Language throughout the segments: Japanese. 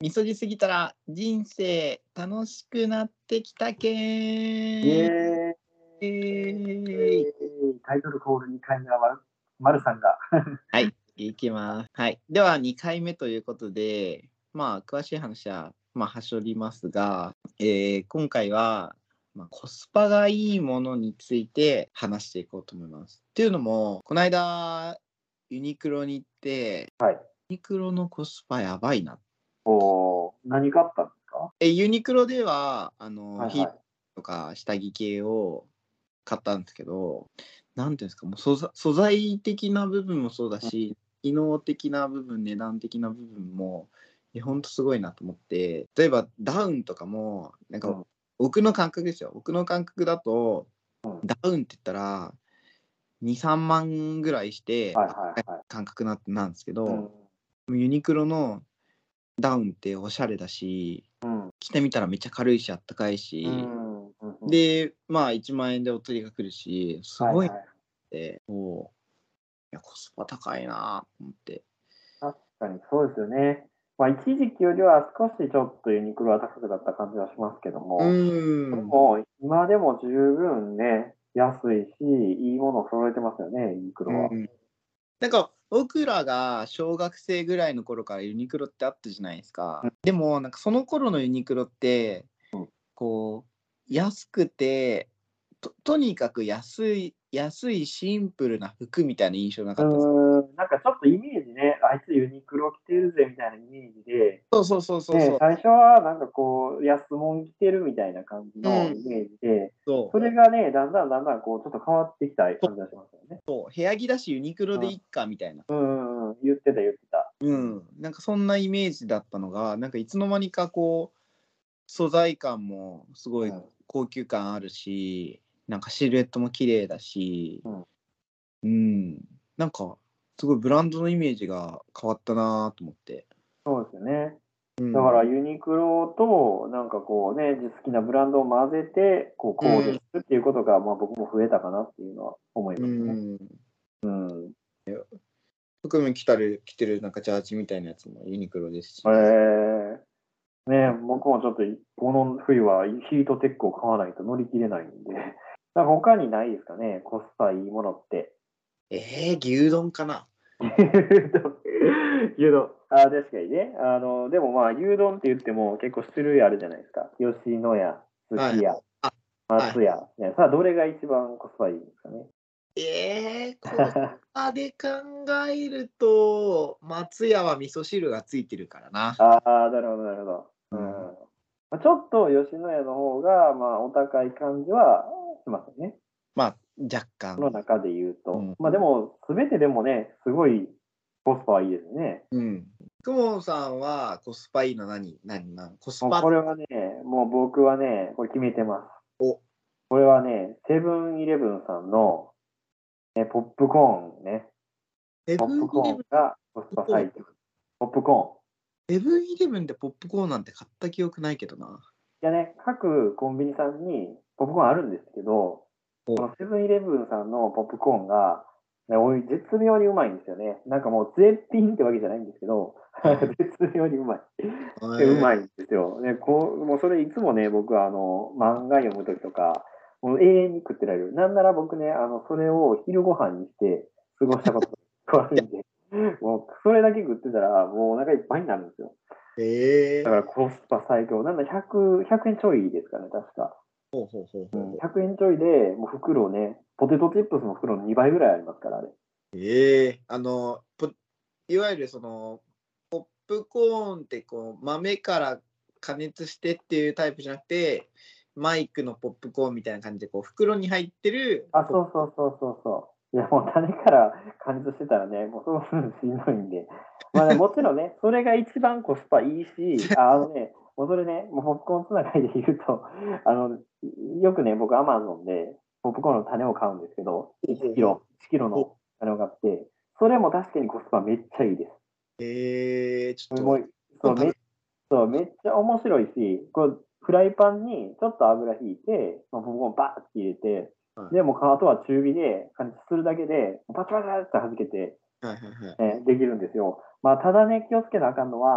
みそぎすぎたら人生楽しくなってきたけイー。 エーイ。タイトルコール2回目は丸さんが。 はい、いきます。はい。では2回目ということで、詳しい話は、はしょりますが、今回は、コスパがいいものについて話していこうと思います。っていうのも、この間、ユニクロに行って、 はい。 ユニクロのコスパやばいな。 何買ったんですか？ ユニクロでは、 はいヒートとか下着系を買ったんですけど、なんていうんですか、もう素材的な部分もそうだし、機能的な部分、値段的な部分も、ほんとすごいなと思って、例えばダウンとかも、なんか、僕の感覚ですよ。僕の感覚だと、ダウンって言ったら、2、3万ぐらいして、感覚なんですけど、ユニクロのダウンっておしゃれだし、着てみたらめっちゃ軽いし、あったかいし、で、1万円でお釣りが来るし、すごいってコスパ高いなと思って。 確かにそうですよね。一時期よりは少しちょっとユニクロは高くなった感じはしますけども、でも今でも十分ね、安いし、いいものを揃えてますよね、ユニクロは。 なんか僕らが小学生ぐらいの頃からユニクロってあったじゃないですか。でもなんかその頃のユニクロって、こう安くてとにかく安いシンプルな服みたいな印象なかったですか？ なんかちょっとイメージね、あいつユニクロ着てるぜみたいなイメージで、 そう。 最初はなんかこう、安物着てるみたいな感じのイメージで、それがね、だんだんこう、ちょっと変わってきた感じがしますよね。 そう、部屋着だしユニクロでいっかみたいな。 言ってた。 なんかそんなイメージだったのが、なんかいつの間にかこう、素材感もすごい高級感あるし、なんかシルエットも綺麗だし、なんかすごいブランドのイメージが変わったなと思って。 そうですよね。だからユニクロと、なんかこうね、好きなブランドを混ぜて、こう、コーデするっていうことが、僕も増えたかなっていうのは思いますね。 服も着てるなんかジャージみたいなやつもユニクロですし。 僕もちょっと、この冬はヒートテックを買わないと乗り切れないんで、なんか他にないですかね、コスパいいものって。 牛丼かな。 牛丼。確かにね。でも牛丼って言っても結構種類あるじゃないですか。吉野家、寿司屋、松屋。さあ、どれが一番コスパいいんですかね。 コスパで考えると、松屋は味噌汁がついてるからな。 なるほど。ちょっと吉野家の方が、お高い感じはしますよね。 若干。 この中で言うと。でも、すべてでもね、すごいコスパはいいですね。 くもさんはコスパいいの何コスパ。 これはね、もう僕はね、これ決めてます。これはね、セブンイレブンさんの、ポップコーンね。ポップコーンがコスパ最強。ポップコーン。セブンイレブンでポップコーンなんて買った記憶ないけどな。 いやね、各コンビニさんにポップコーンあるんですけど、このセブンイレブンさんのポップコーンが、絶妙にうまいんですよね。なんかもう絶品ってわけじゃないんですけど、絶妙にうまい。うまいんですよ。もうそれいつもね、僕は漫画読むときとか、もう永遠に食ってられる。なんなら僕ね、それを昼ご飯にして過ごしたことがあるんで、もうそれだけ食ってたら、もうお腹いっぱいになるんですよ。だからコスパ最強。なんだ、100円ちょいですかね、確か。100円ちょいで、もう袋ね、ポテトチップスの袋の2倍ぐらいありますから、あれ。 いわゆるその、ポップコーンってこう、豆から加熱してっていうタイプじゃなくて、マイクのポップコーンみたいな感じで、こう、袋に入ってる。 そう。いや、もう種から加熱してたらね、もうそうするのしんどいんで。もちろんね、それが一番コスパいいし、もうそれね、もうポップコーンつながりで言うと、よくね、僕アマゾンでポップコーンの種を買うんですけど、1キロの種を買って、それも確かにコスパめっちゃいいです。 ちょっめっちゃ面白いし、フライパンにちょっと油引いて、ポップコーンバーって入れて、でもあとは中火で加熱するだけで、パチパチって弾けて、できるんですよ。ただね、気をつけなあかんのは、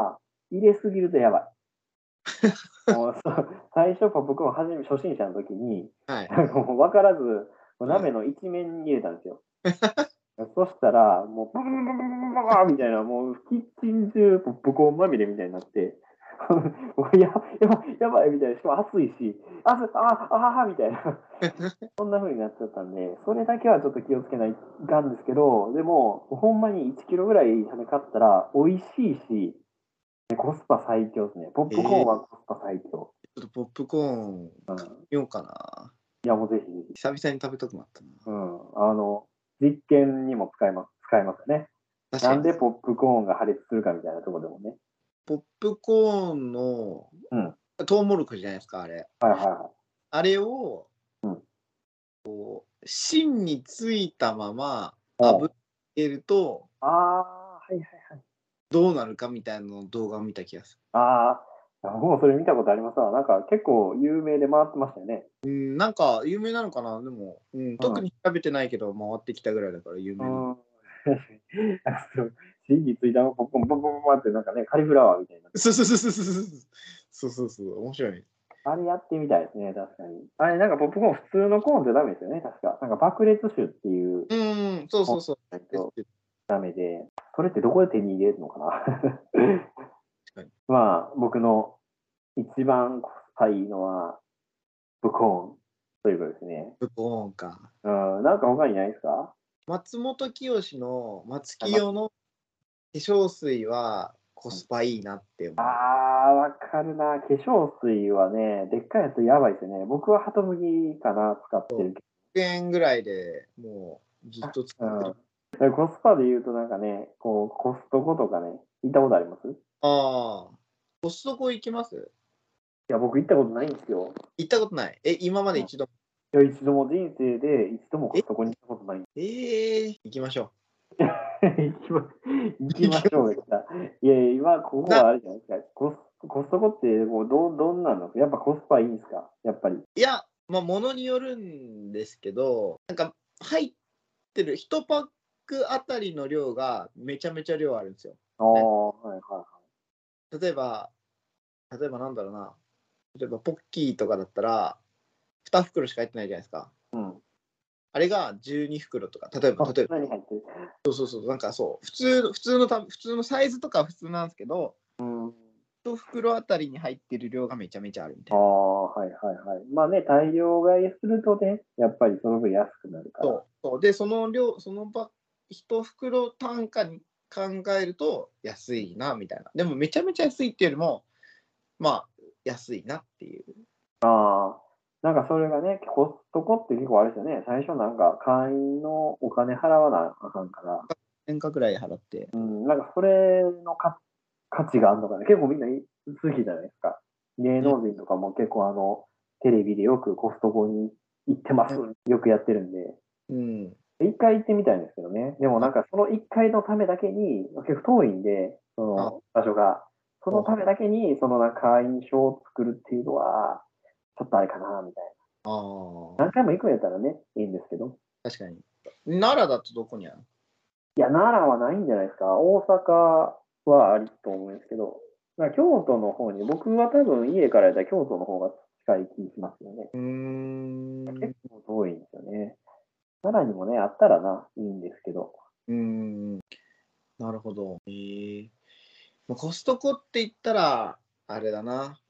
入れすぎるとやばい。もう最初ポップコーン初心者の時に、 はい。 なんかもう分からず、もう鍋の一面に入れたんですよ。そしたら、もう、ババババババババみたいな、もう、キッチン中、ポップコーンまみれみたいになって、もうやばいみたいな、しかも暑いし、みたいな、そんな風になっちゃったんで、それだけはちょっと気をつけないかんですけど、でも、ほんまに1キロぐらい種買ったら、美味しいし、コスパ最強ですね。ポップコーンはコスパ最強。 ちょっとポップコーン見ようかな。 いや、もうぜひぜひ。 久々に食べたくなったな。 実験にも使えますよね。 確かに。 なんでポップコーンが破裂するかみたいなところでもね。 ポップコーンのうん。 トウモロコシじゃないですか、あれ。 はいはいはい。 あれをうん芯についたままお炙ってるとああ、はいはいはい。 どうなるかみたいなの動画を見た気がすああ、僕もそれ見たことありますわ。なんか結構有名で回ってましたよね。 る。なんか有名なのかな。でも、特うん。 に調べてないけど回ってきたぐらいだから有名なの。 うん。なんかそう、芯についたままポッポンポンポンポンってなんかね、カリフラワーみたいになって。 そうそうそうそうそうそうそうそう、面白い。 あれやってみたいですね、確かに。あれなんかポップコーン普通のコーンじゃダメですよね、確か。なんか爆裂種っていうそうコーンそうそう。 じゃないとダメで、それってどこで手に入れるのかな。 確かに。 まあ、僕の一番コスパいいのは、ブコーンということですね。 ブコーンか。 うん、なんか他にないですか？ 松本清の松はいま清の化粧水はコスパいいなって思う。 わかるな。化粧水はね、でっかいやつやばいですよね。僕はハトムギかな、使ってるけ 100円ぐらいでもうずっと使ど。 ってる。 うん。コスパで言うとなんかね、こう、コストコとかね、行ったことあります？いああ、コストコ行きます？ や、僕行ったことないんですよ。 行ったことない。今までうん。い一度も。 や、一度も人生で一度もコえストコに行ったことない。 行きましょ行きま、行う。 きましょうが来た。いやいや、今、ここな、 はあれじゃないですか。コストコってこうどんなんのやっぱコスパいいんですかやっぱり。 いや、まあ、ものによるんですけど、なんか入ってる1パックあたりの量がめちゃめちゃ量あるんですよ。 ああ、はいは例えば、なんだろうな。例えば、ポッキーとかだったら、2袋しか入ってないじゃないですか。 い。うん。 あれが12袋とか、例えば、 あ、何入ってる？ そう、なんかそう、普通のサイズとかは普通なんですけど、 うん。 1袋あたりに入ってる量がめちゃめちゃあるみたああ、 いな。 はいはいはい。まあね、大量買いするとね、やっぱりその分安くなるから。 そうで、その量、1袋単価に考えると安いなみたいな。でもめちゃめちゃ安いっていうよりも、まあ、安いなっていう。 ああ、なんかそれがね、コストコって結構あれですよね。最初なんか会員のお金払わなあかんから、 円価ぐらい払って。 うん、なんかそれの価値があるのかね。結構みんな好きじゃないですか。芸うん能人とかも結構テレビでよくコストコに行ってます。よくやってるんで。 うん。 一回行ってみたいんですけどね。でもなんかその一回のためだけに、結構遠いんで、そあ、 の場所が。そのためだけに、そのなんか会員証を作るっていうのは、ちょっとあれかな、みたいあな。 ー、 何回も行くんやったらね、いいんですけど。 確かに。奈良だとどこにある？ いや、奈良はないんじゃないですか。大阪はありと思うんですけど、まあ京都の方に、僕は多分家からやったら京都の方が近い気しますよね。 うーん。 結構遠いんですよね。奈良にもね、あったらな、いいんですけど。 うーん。なるほど。まあコストコって言ったら、あれだな。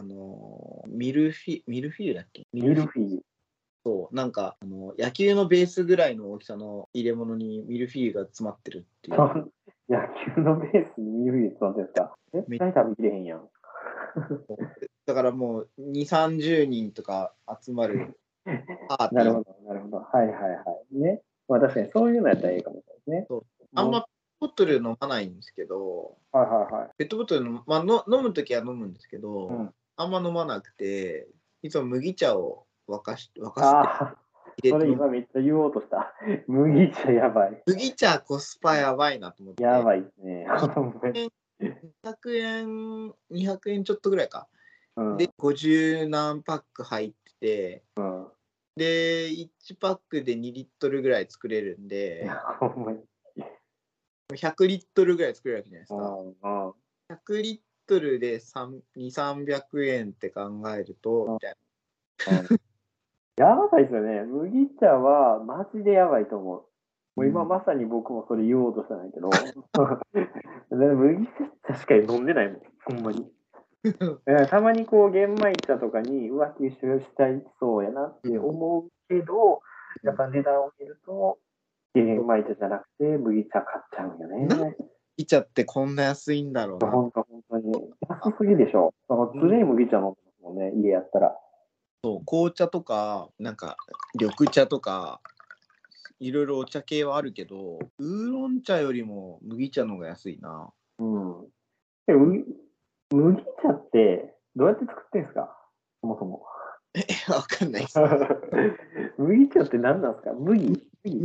ミルフィーユだっけ？ミミルフィーユ。 ルフィーユ。 なんか、野球のベースぐらいの大きさの入れ物にミルフィーユが詰まってるっていう。 野球のベースにミルフィーユ使うんですか？絶め対食べきれへんやん。 だからもう2、30人とか集まるパーティー。 なるほど、なるほど。はいはいはい。ね。まあ確かにそういうのやったらいいかもしれないですね。 そうあんもう、 まペットボトル飲まないんですけど、 はいはいはい。 ペットボトルの、まあ、飲むときは飲むんですけど、 うん。 あんま飲まなくて、いつも麦茶を沸かしてああ、 入れて飲む。 それ今めっちゃ言おうとした。麦茶やばい。 麦茶コスパやばいなと思って、 やばいですね。ほんまに。 200円、200円ちょっとぐらいか。で、 うん。 50何パック入ってて、 うん。 で、1パックで2リットルぐらい作れるんいや、 で、 ほんまに。 100リットルぐらい作れるわけじゃないですか。 うん。うん。 100リットルで2、300円って考えると、みたいやばいですよね。麦茶はマジでやばいと思う。もう今うんまさに僕もそれ言おうとしたんだけど、麦茶しか飲んでないもん、ほんまに。たまにこう玄米茶とかに浮気しちゃいそうやなって思うけど、やっぱ値段を見ると玄米茶じゃなくて麦茶買っちゃうんよな。 ね。 麦茶ってこんな安いんだろうな。 本当に安すぎでしょ。常に麦茶飲んでますもんね、家やったら。 そう紅茶とか、なんか緑茶とか、いろいろお茶系はあるけど、ウーロン茶よりも麦茶の方が安いな。 で麦茶ってどうやって作ってんすか、そもそも。 わかんないです。 麦茶って何なんですか？麦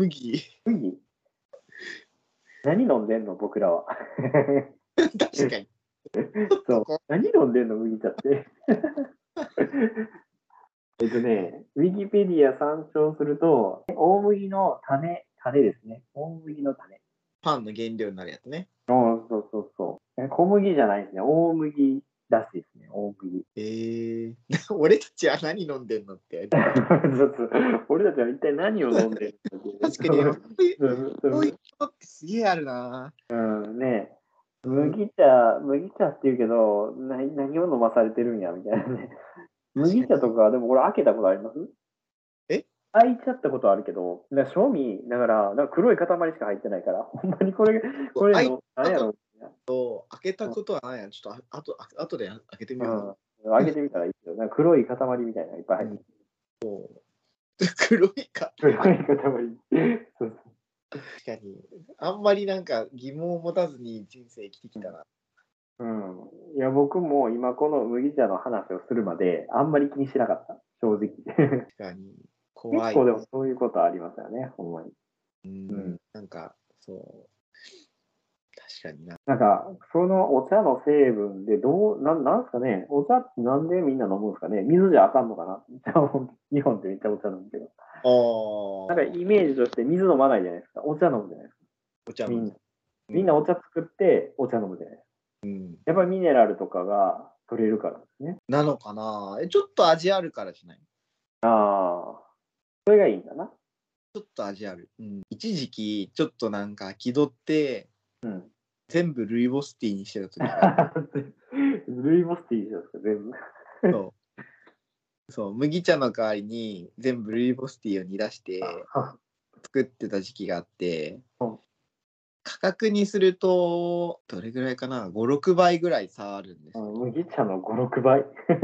何飲んでんの僕らは。 確かに。 そう。何飲んでんの麦茶って。ウィキペディア参照すると、大麦の種ですね。大麦の種。 パンの原料になるやつね。 そう。小麦じゃないですね。大麦らしいですね。大麦。 俺たちは何飲んでんのって。 俺たちは一体何を飲んでるのって。 確かに、そういうことってすげえあるな。 ねえ、麦茶って言うけど、何を飲まされてるんや、みたいなね。麦茶とか、でも俺開けたことあります？開いちゃったことあるけど、賞味、だから黒い塊しか入ってないから、ほんまにこれの、何やろ開けたことはないや。ちょっとあとで開けてみよう。開けてみたらいいですよ。黒い塊みたいなのいっぱい入ってる。 黒いか。 黒い塊。そう確かに。あんまりなんか疑問を持たずに人生生きてきたな。 いや、僕も今この麦茶の話をするまで、あんまり気にしなかった。正直。 確かに。怖い。 結構でもそういうことありますよね、ほんまに。 なんか、そう。確かにな。 なんか、そのお茶の成分でなんすかね、お茶ってなんでみんな飲むんですかね、水じゃあかんのかな日本ってめっちゃお茶飲むけど。なんかイメージとして水飲まないじゃないですか。お茶飲むじゃないですか。 お茶飲む。 みんなお茶作ってお茶飲むじゃないですか。やっぱりミネラルとかが取れるからですね。 なのかな。ちょっと味あるからじゃない？ それがいいんだな。 ちょっと味ある。一時期、ちょっとなんか気取って、全部ルイボスティーにしてた時が。 ルイボスティーですか、全部。 そう、麦茶の代わりに全部ルイボスティーを煮出して作ってた時期があって、価格にするとどれぐらいかな、5、6倍ぐらい差あるんですよ。 麦茶の5、6倍。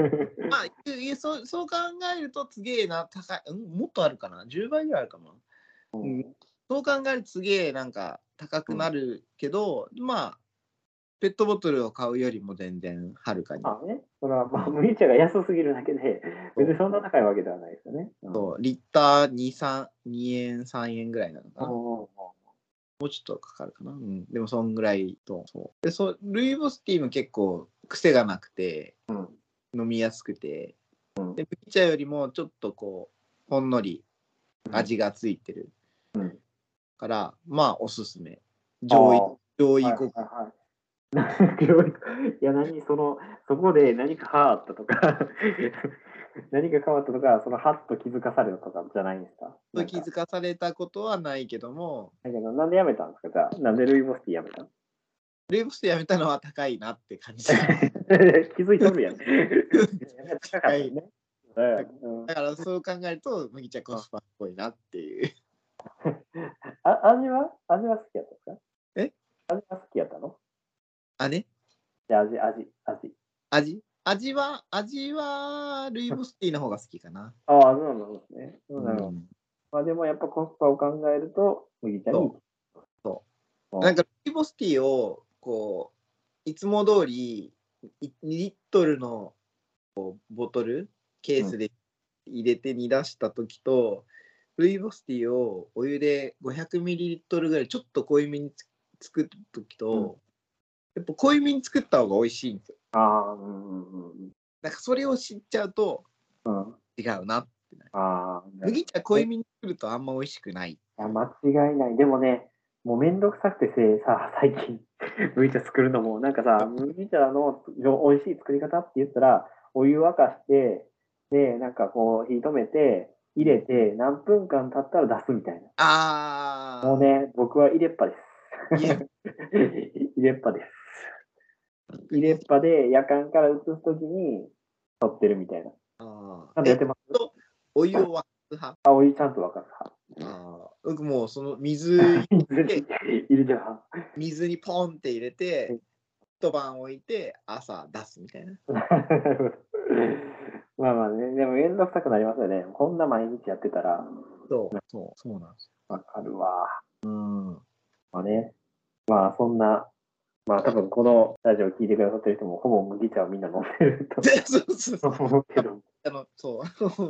そう考えるとすげえな、高い、もっとあるかな、10倍ぐらいあるかな。そう考えるとすげえなんか高くなるけど、ペットボトルを買うよりも全然はるかに。 それは麦茶が安すぎるだけで、別にそんな高いわけではないですよね。 リッター2円、3円ぐらいなのかな。もうちょっとかかるかな。でもそんぐらいと。ルイボスティーも結構癖がなくて、飲みやすくて、で麦茶よりもちょっとこうほんのり味がついてるから、おすすめ。上位国。 いや、そこで何か変わったとか、何か変わったとか、ハッと気づかされたとかじゃないんですか？ 気づかされたことはないけども。 なんでやめたんですか？じゃあ、なんでルイボスティーやめたの？ ルイボスティーやめたのは高いなって感じ。 気づいとるやん。高かったね。 だからそう考えると麦茶コスパっぽいなっていう。 味は好きやったんですか？味は好きやったの？じゃあ味はルイボスティーの方が好きかな。 そうなんですね。でもやっぱコスパを考えると麦茶に。 なんかルイボスティーをこういつも通り2リットルのボトルケースで入れて煮出した時と、ルイボスティーをお湯で500ミリリットルぐらいちょっと濃いめに作る時と、やっぱ濃いめに作った方が美味しいんですよ。なんかそれを知っちゃうと違うなってなる。麦茶濃いめに作るとあんま美味しくない。 間違いない。でもね、もうめんどくさくてさ、最近麦茶作るのも、なんかさ、麦茶の美味しい作り方って言ったら、お湯沸かして、で、なんかこう、火止めて、入れて、何分間経ったら出すみたいな。もうあね、僕は入れっぱです。 あ、いや、 入れっぱです。入れっぱで夜間から移すときに取ってるみたいな。ちゃんとやってます。 お湯を沸かす派。 あ、お湯ちゃんと沸かす僕もうその水派。入れては。 水にポンって入れて、一晩置いて朝出すみたいな。 まあまあね、でもめんどくさくなりますよね。こんな毎日やってたら。 そうなんですわかるわ。 よ。 まあね。まあそんな、まあ多分このラジオ聞いてくださってる人もほぼ麦茶をみんな飲んでるとそう思うけど。 そう。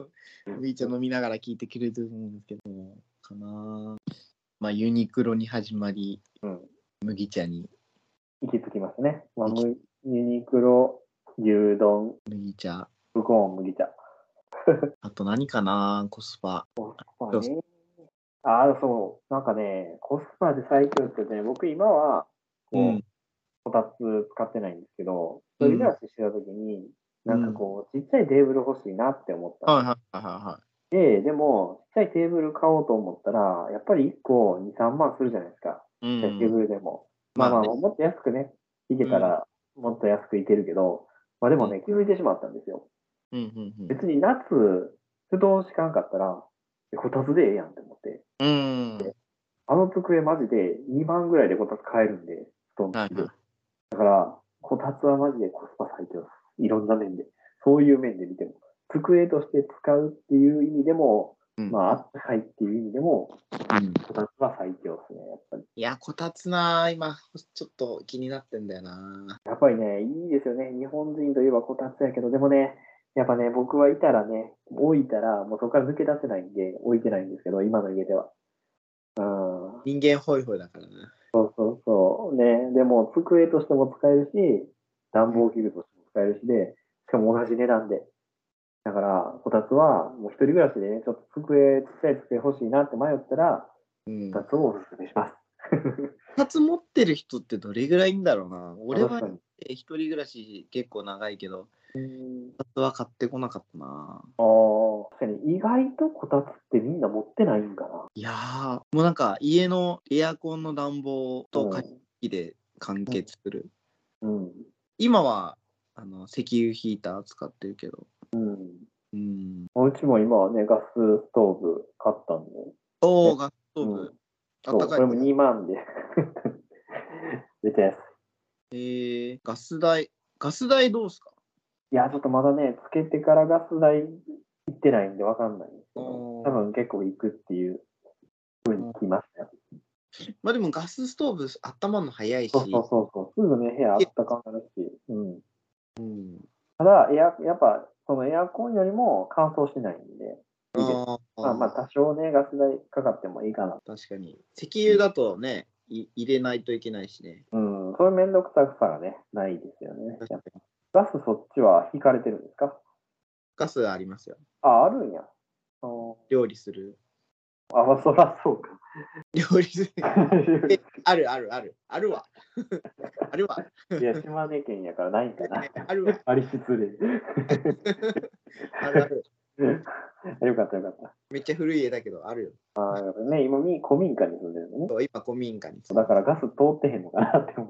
麦茶飲みながら聞いてくれてると思うんですけど、かな。まあユニクロに始まり、麦茶に行き着きますね。まあ、ユニクロ、牛丼、 麦茶。 ウコーン、麦茶。 あと何かな、コスパ。 ね。そう。なんかね、コスパで最強ってね、僕今は、こたつ使ってないんですけど、一人暮らししてた時に、なんかこう、ちっちゃいテーブル欲しいなって思ったんで。でも、ちっちゃいテーブル買おうと思ったら、やっぱり1個2、3万するじゃないですか。ちっちゃいテーブルでも。まあまあ、もっと安くね、いけたら、もっと安くいけるけど、まあでもね、気づいてしまったんですよ。別に夏、布団敷かんかったら、こたつでええやんって思って。あの机マジで2万ぐらいでこたつ買えるんで、布団付きで。だから、こたつはマジでコスパ最強です。いろんな面で。そういう面で見ても。机として使うっていう意味でも、まあ、あったかいっていう意味でも、こたつは最強ですね、やっぱり。 いや、こたつな、今、ちょっと気になってんだよな。 やっぱりね、いいですよね。日本人といえばこたつやけど、でもね、やっぱね、僕はいたらね、置いたら、もうそこから抜け出せないんで、置いてないんですけど、今の家では。 人間ホイホイだからな。 そうね。でも、机としても使えるし、暖房器具としても使えるしで、しかも同じ値段で。だから、こたつは、もう一人暮らしでね、ちょっとちっちゃい机欲しいなって迷ったら、こたつをおすすめします。 こたつ持ってる人ってどれぐらいいんだろうな。俺は確かに。 一人暮らし結構長いけど、こたつは買ってこなかったな。 確かに、意外とこたつってみんな持ってないんかな。 いやー、もうなんか家のエアコンの暖房と加湿器で完結する。今は石油ヒーター使ってるけど。 うちも今はね、ガスストーブ買ったんで。 ガストーブ。 そう、これも2万で。出て安い。ガス代どうすか？ いや、ちょっとまだね、つけてからガス代行ってないんでわかんないんですけど、多分結構行くっていうふうに聞きましたよ。 まあでもガスストーブ温まるの早いし。 そう。すぐね、部屋あったかくなるし。ただ、やっぱ、そのエアコンよりも乾燥しないんで、いいです。まあ、多少ね、ガス代かかってもいいかな。 確かに。石油だとね、入れないといけないしね。 そういうめんどくささがね、ないですよね。ガスそっちは引かれてるんですか？ ガスありますよ。 あるんや。 料理する。 そらそうか。 料理する。あるわ。あるわ。 いや、島根県やからないんかな。 あるわ。 あり失礼。 ある。 よかった。 めっちゃ古い家だけど、あるよ。 ね、今、古民家に住んでるのね。 今、古民家に。 だからガス通ってへんのかなって思って。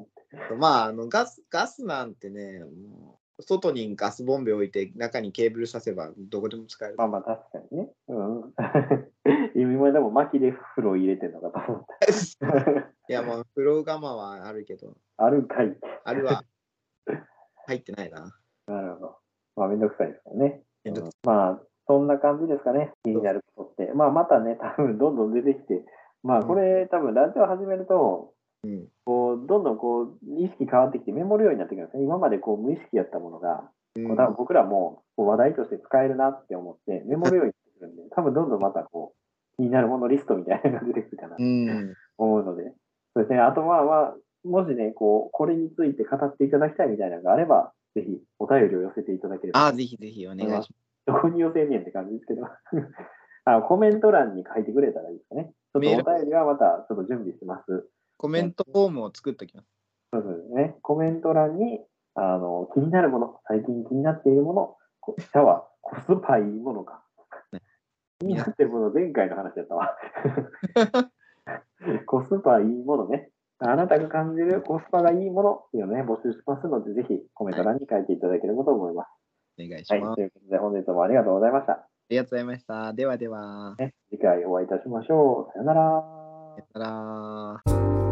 まあ、ガスなんてね、もう外にガスボンベ置いて、中にケーブル挿せば、どこでも使える。 まあ確かにね。今でも薪で風呂入れてんのかと思った。 いや、もう風呂釜はあるけど。 あるかい。 あるわ。入ってないな。 なるほど。まあめんどくさいですからね。まあ、そんな感じですかね。気になることって。まあまたね、多分どんどん出てきて、まあこれ多分ラジオ始めると、どんどん意識変わってきてメモるようになってくるんですね。今まで無意識やったものが、多分僕らも話題として使えるなって思ってメモるようになってくるんで、多分どんどんまた気になるものリストみたいなのが出てくるかなと思うので、そうですね。あともしね、これについて語っていただきたいみたいなのがあれば、ぜひお便りを寄せていただければ。 ぜひぜひお願いします。 どこに寄せんねんって感じですけど。コメント欄に書いてくれたらいいですかね。ちょっとお便りはまたちょっと準備します。 コメントフォームを作っておきます。 そうですね。コメント欄に、気になるもの、最近気になっているもの、シャワー、コスパいいものか。気になってるもの、前回の話だったわ。コスパいいものね。あなたが感じるコスパがいいものっていうのをね、募集しますので、ぜひコメント欄に書いていただければと思います。 お願いしはい。 ます。 ということで、本日もありがとうございました。 ありがとうございました。ではでは。 次回お会いいたしましょう。さよなら。 さよなら。